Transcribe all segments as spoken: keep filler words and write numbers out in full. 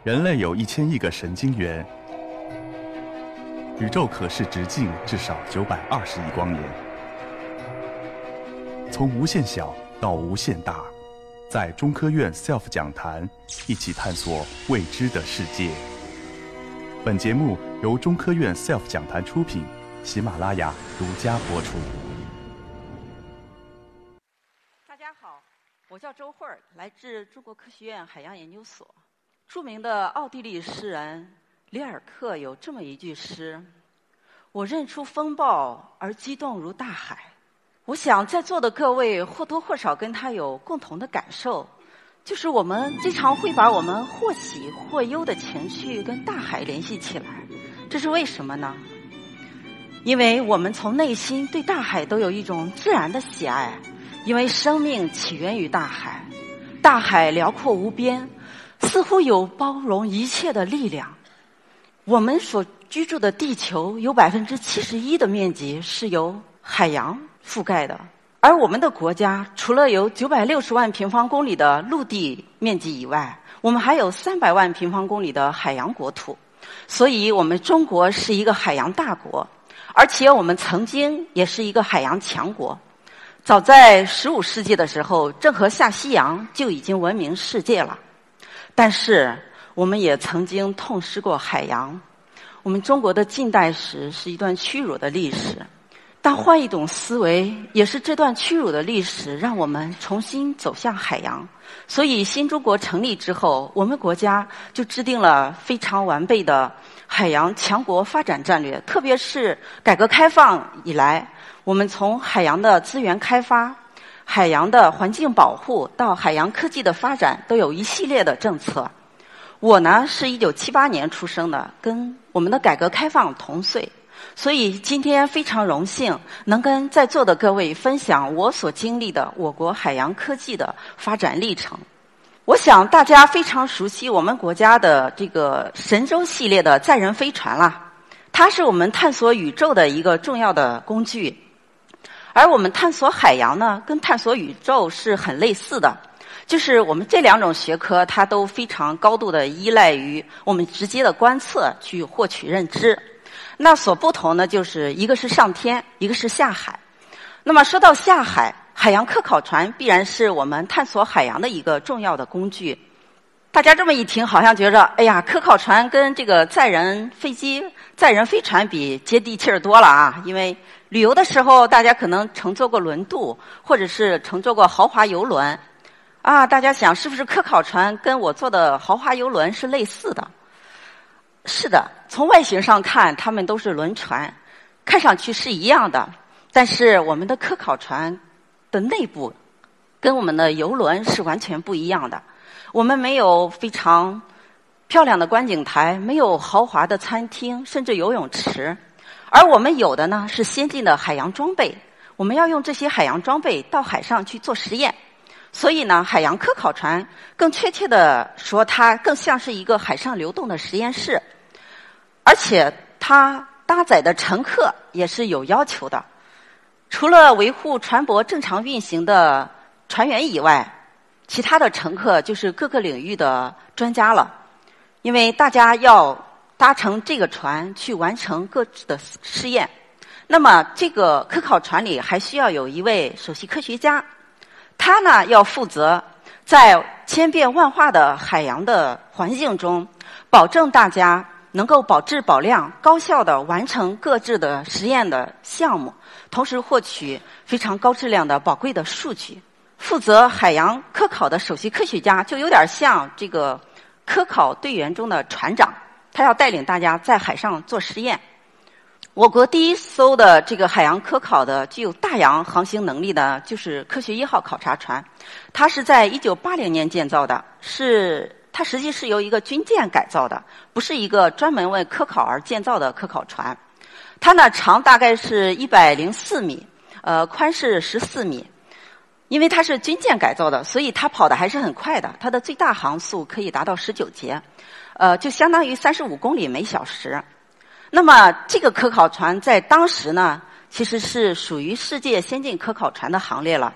人类有一千亿个神经元，宇宙可视直径至少九百二十亿光年。从无限小到无限大，在中科院 S E L F 讲坛一起探索未知的世界。本节目由中科院 S E L F 讲坛出品，喜马拉雅独家播出。 大家好，我叫周慧儿，来自中国科学院海洋研究所。著名的奥地利诗人里尔克有这么一句诗：我认出风暴而激动如大海。我想在座的各位或多或少跟他有共同的感受，就是我们经常会把我们或喜或忧的情绪跟大海联系起来。这是为什么呢？因为我们从内心对大海都有一种自然的喜爱，因为生命起源于大海，大海辽阔无边，似乎有包容一切的力量。我们所居住的地球有百分之七十一的面积是由海洋覆盖的，而我们的国家除了有九百六十万平方公里的陆地面积以外，我们还有三百万平方公里的海洋国土。所以我们中国是一个海洋大国，而且我们曾经也是一个海洋强国。早在十五世纪的时候，郑和下西洋就已经闻名世界了。但是我们也曾经痛失过海洋。我们中国的近代史是一段屈辱的历史，但换一种思维，也是这段屈辱的历史让我们重新走向海洋。所以新中国成立之后，我们国家就制定了非常完备的海洋强国发展战略。特别是改革开放以来，我们从海洋的资源开发、海洋的环境保护到海洋科技的发展，都有一系列的政策。我呢是一九七八年出生的，跟我们的改革开放同岁，所以今天非常荣幸能跟在座的各位分享我所经历的我国海洋科技的发展历程。我想大家非常熟悉我们国家的这个神舟系列的载人飞船啦，它是我们探索宇宙的一个重要的工具。而我们探索海洋呢，跟探索宇宙是很类似的，就是我们这两种学科它都非常高度的依赖于我们直接的观测去获取认知。那所不同呢，就是一个是上天，一个是下海。那么说到下海，海洋科考船必然是我们探索海洋的一个重要的工具。大家这么一听，好像觉着哎呀，科考船跟这个载人飞机、载人飞船比接地气儿多了啊。因为旅游的时候，大家可能乘坐过轮渡，或者是乘坐过豪华游轮啊。大家想，是不是科考船跟我坐的豪华游轮是类似的？是的，从外形上看，它们都是轮船，看上去是一样的。但是我们的科考船的内部跟我们的游轮是完全不一样的。我们没有非常漂亮的观景台，没有豪华的餐厅，甚至游泳池。而我们有的呢是先进的海洋装备，我们要用这些海洋装备到海上去做实验。所以呢，海洋科考船更确切的说，它更像是一个海上流动的实验室。而且它搭载的乘客也是有要求的，除了维护船舶正常运行的船员以外，其他的乘客就是各个领域的专家了。因为大家要搭乘这个船去完成各自的试验，那么这个科考船里还需要有一位首席科学家，他呢要负责在千变万化的海洋的环境中，保证大家能够保质保量，高效地完成各自的实验的项目，同时获取非常高质量的宝贵的数据。负责海洋科考的首席科学家就有点像这个科考队员中的船长，他要带领大家在海上做实验。我国第一艘的这个海洋科考的具有大洋航行能力的就是科学一号考察船，它是在一九八零年建造的，是它实际是由一个军舰改造的，不是一个专门为科考而建造的科考船。它呢长大概是一百零四米，呃，宽是十四米。因为它是军舰改造的，所以它跑得还是很快的，它的最大航速可以达到十九节，呃，就相当于三十五公里每小时。那么这个科考船在当时呢，其实是属于世界先进科考船的行列了。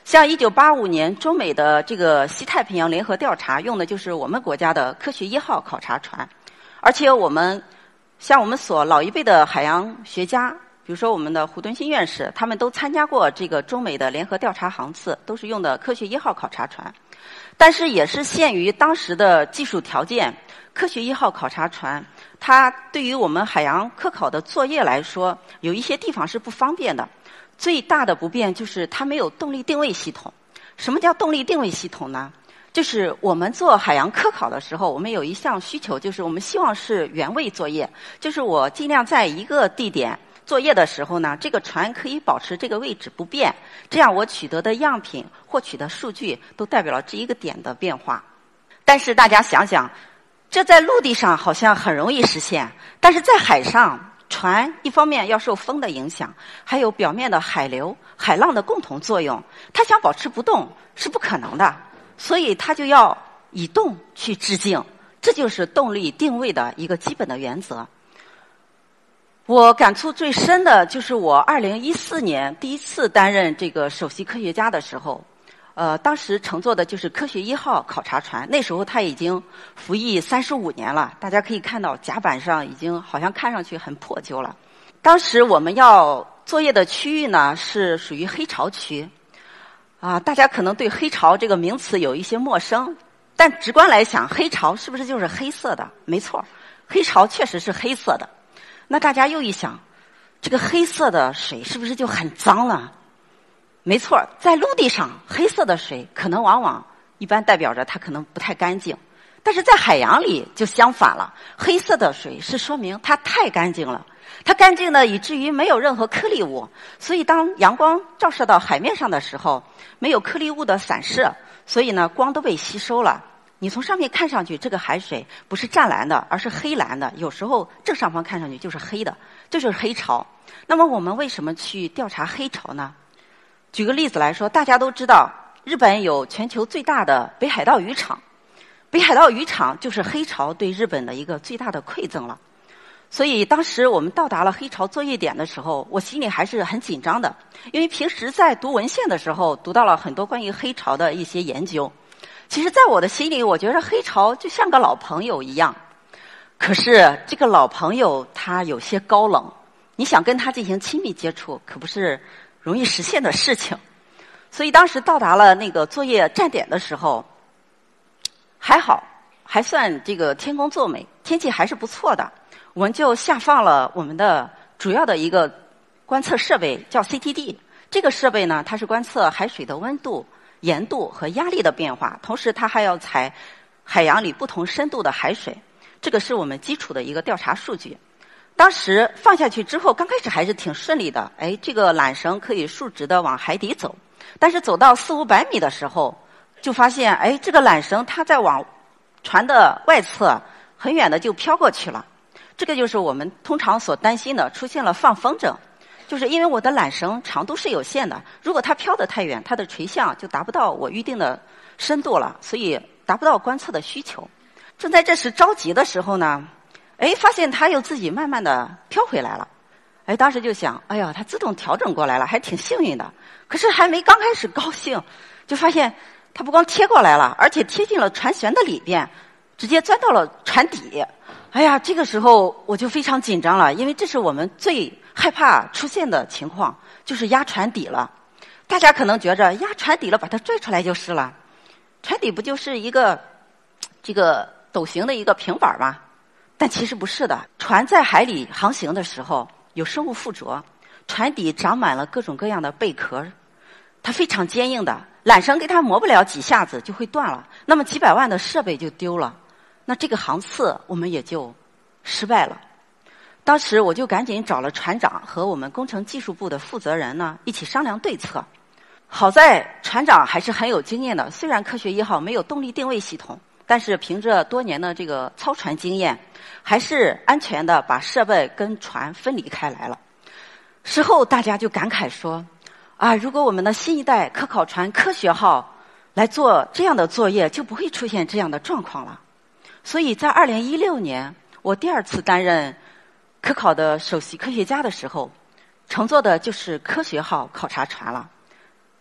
像一九八五年中美的这个西太平洋联合调查，用的就是我们国家的科学一号考察船，而且我们像我们所老一辈的海洋学家，比如说我们的胡敦新院士，他们都参加过这个中美的联合调查航次，都是用的科学一号考察船。但是也是限于当时的技术条件，科学一号考察船它对于我们海洋科考的作业来说，有一些地方是不方便的。最大的不便就是它没有动力定位系统。什么叫动力定位系统呢？就是我们做海洋科考的时候，我们有一项需求，就是我们希望是原位作业，就是我尽量在一个地点作业的时候呢，这个船可以保持这个位置不变，这样我取得的样品、获取的数据都代表了这一个点的变化。但是大家想想，这在陆地上好像很容易实现，但是在海上，船一方面要受风的影响，还有表面的海流、海浪的共同作用，它想保持不动是不可能的，所以它就要以动去致静，这就是动力定位的一个基本的原则。我感触最深的就是我二零一四年第一次担任这个首席科学家的时候，呃，当时乘坐的就是科学一号考察船，那时候它已经服役三十五年了，大家可以看到甲板上已经好像看上去很破旧了。当时我们要作业的区域呢是属于黑潮区，啊，大家可能对黑潮这个名词有一些陌生，但直观来想，黑潮是不是就是黑色的？没错，黑潮确实是黑色的。那大家又一想，这个黑色的水是不是就很脏了？没错，在陆地上，黑色的水可能往往一般代表着它可能不太干净，但是在海洋里就相反了，黑色的水是说明它太干净了，它干净的以至于没有任何颗粒物，所以当阳光照射到海面上的时候，没有颗粒物的散射，所以呢光都被吸收了。你从上面看上去，这个海水不是湛蓝的，而是黑蓝的，有时候正上方看上去就是黑的，这就是黑潮。那么我们为什么去调查黑潮呢？举个例子来说，大家都知道日本有全球最大的北海道渔场，北海道渔场就是黑潮对日本的一个最大的馈赠了。所以当时我们到达了黑潮作业点的时候，我心里还是很紧张的，因为平时在读文献的时候读到了很多关于黑潮的一些研究，其实在我的心里，我觉得黑潮就像个老朋友一样。可是这个老朋友他有些高冷，你想跟他进行亲密接触，可不是容易实现的事情。所以当时到达了那个作业站点的时候，还好，还算这个天公作美，天气还是不错的。我们就下放了我们的主要的一个观测设备，叫 C T D。这个设备呢，它是观测海水的温度、盐度和压力的变化，同时它还要采海洋里不同深度的海水，这个是我们基础的一个调查数据。当时放下去之后，刚开始还是挺顺利的，哎，这个缆绳可以竖直的往海底走，但是走到四五百米的时候，就发现，哎，这个缆绳它在往船的外侧很远的就飘过去了。这个就是我们通常所担心的，出现了放风筝。就是因为我的缆绳长度是有限的，如果它飘得太远，它的垂向就达不到我预定的深度了，所以达不到观测的需求。正在这时着急的时候呢，哎，发现它又自己慢慢的飘回来了。哎，当时就想，哎呀，它自动调整过来了，还挺幸运的。可是还没刚开始高兴，就发现它不光贴过来了，而且贴进了船舷的里边，直接钻到了船底。哎呀，这个时候我就非常紧张了，因为这是我们最害怕出现的情况，就是压船底了。大家可能觉着压船底了，把它拽出来就是了。船底不就是一个这个斗形的一个平板吗？但其实不是的。船在海里航行的时候有生物附着，船底长满了各种各样的贝壳，它非常坚硬的，缆绳给它磨不了几下子就会断了，那么几百万的设备就丢了，那这个航次我们也就失败了。当时我就赶紧找了船长和我们工程技术部的负责人呢，一起商量对策。好在船长还是很有经验的，虽然科学一号没有动力定位系统，但是凭着多年的这个操船经验，还是安全的把设备跟船分离开来了。事后大家就感慨说，啊，如果我们的新一代科考船科学号来做这样的作业，就不会出现这样的状况了。所以在二零一六年，我第二次担任科考的首席科学家的时候，乘坐的就是科学号考察船了。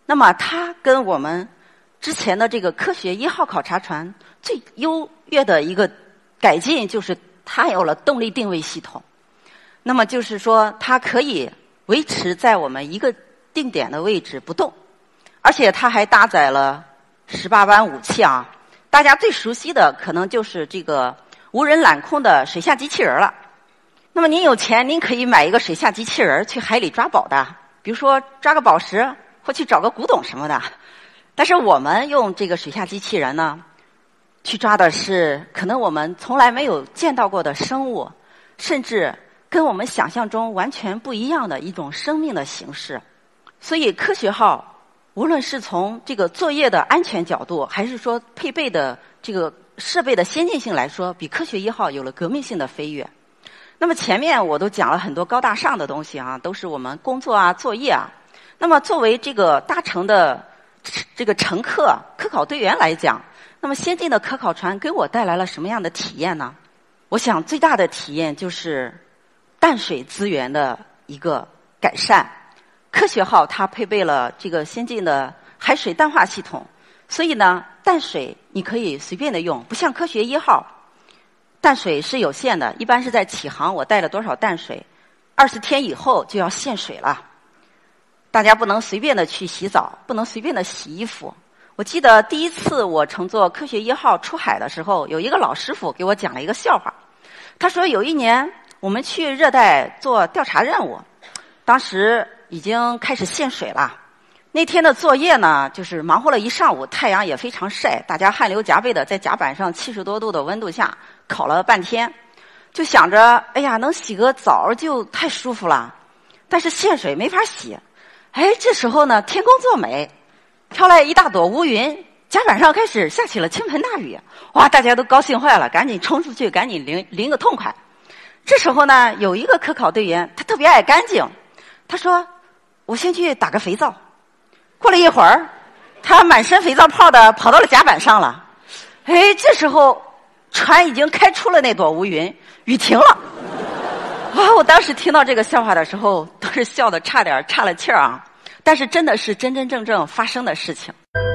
那么它跟我们之前的这个科学一号考察船最优越的一个改进，就是它有了动力定位系统。那么就是说，它可以维持在我们一个定点的位置不动，而且它还搭载了十八般武器啊。大家最熟悉的可能就是这个无人揽空的水下机器人了。那么您有钱，您可以买一个水下机器人去海里抓宝的，比如说抓个宝石或去找个古董什么的。但是我们用这个水下机器人呢，去抓的是可能我们从来没有见到过的生物，甚至跟我们想象中完全不一样的一种生命的形式。所以科学号无论是从这个作业的安全角度，还是说配备的这个设备的先进性来说，比科学一号有了革命性的飞跃。那么前面我都讲了很多高大上的东西啊，都是我们工作啊、作业啊。那么作为这个搭乘的这个乘客、科考队员来讲，那么先进的科考船给我带来了什么样的体验呢？我想最大的体验就是淡水资源的一个改善。科学号它配备了这个先进的海水淡化系统，所以呢，淡水你可以随便的用，不像科学一号，淡水是有限的，一般是在起航我带了多少淡水，二十天以后就要限水了。大家不能随便的去洗澡，不能随便的洗衣服。我记得第一次我乘坐科学一号出海的时候，有一个老师傅给我讲了一个笑话。他说有一年我们去热带做调查任务，当时已经开始限水了。那天的作业呢，就是忙活了一上午，太阳也非常晒，大家汗流浃背的在甲板上七十多度的温度下烤了半天，就想着哎呀，能洗个澡就太舒服了。但是限水没法洗。哎，这时候呢，天公作美，飘来一大朵乌云，甲板上开始下起了倾盆大雨。哇，大家都高兴坏了，赶紧冲出去，赶紧淋淋个痛快。这时候呢，有一个科考队员，他特别爱干净，他说我先去打个肥皂。过了一会儿，他满身肥皂泡的跑到了甲板上了。哎，这时候船已经开出了那朵乌云，雨停了。哇！我当时听到这个笑话的时候，都是笑得差点岔了气儿啊。但是真的是真真正正发生的事情。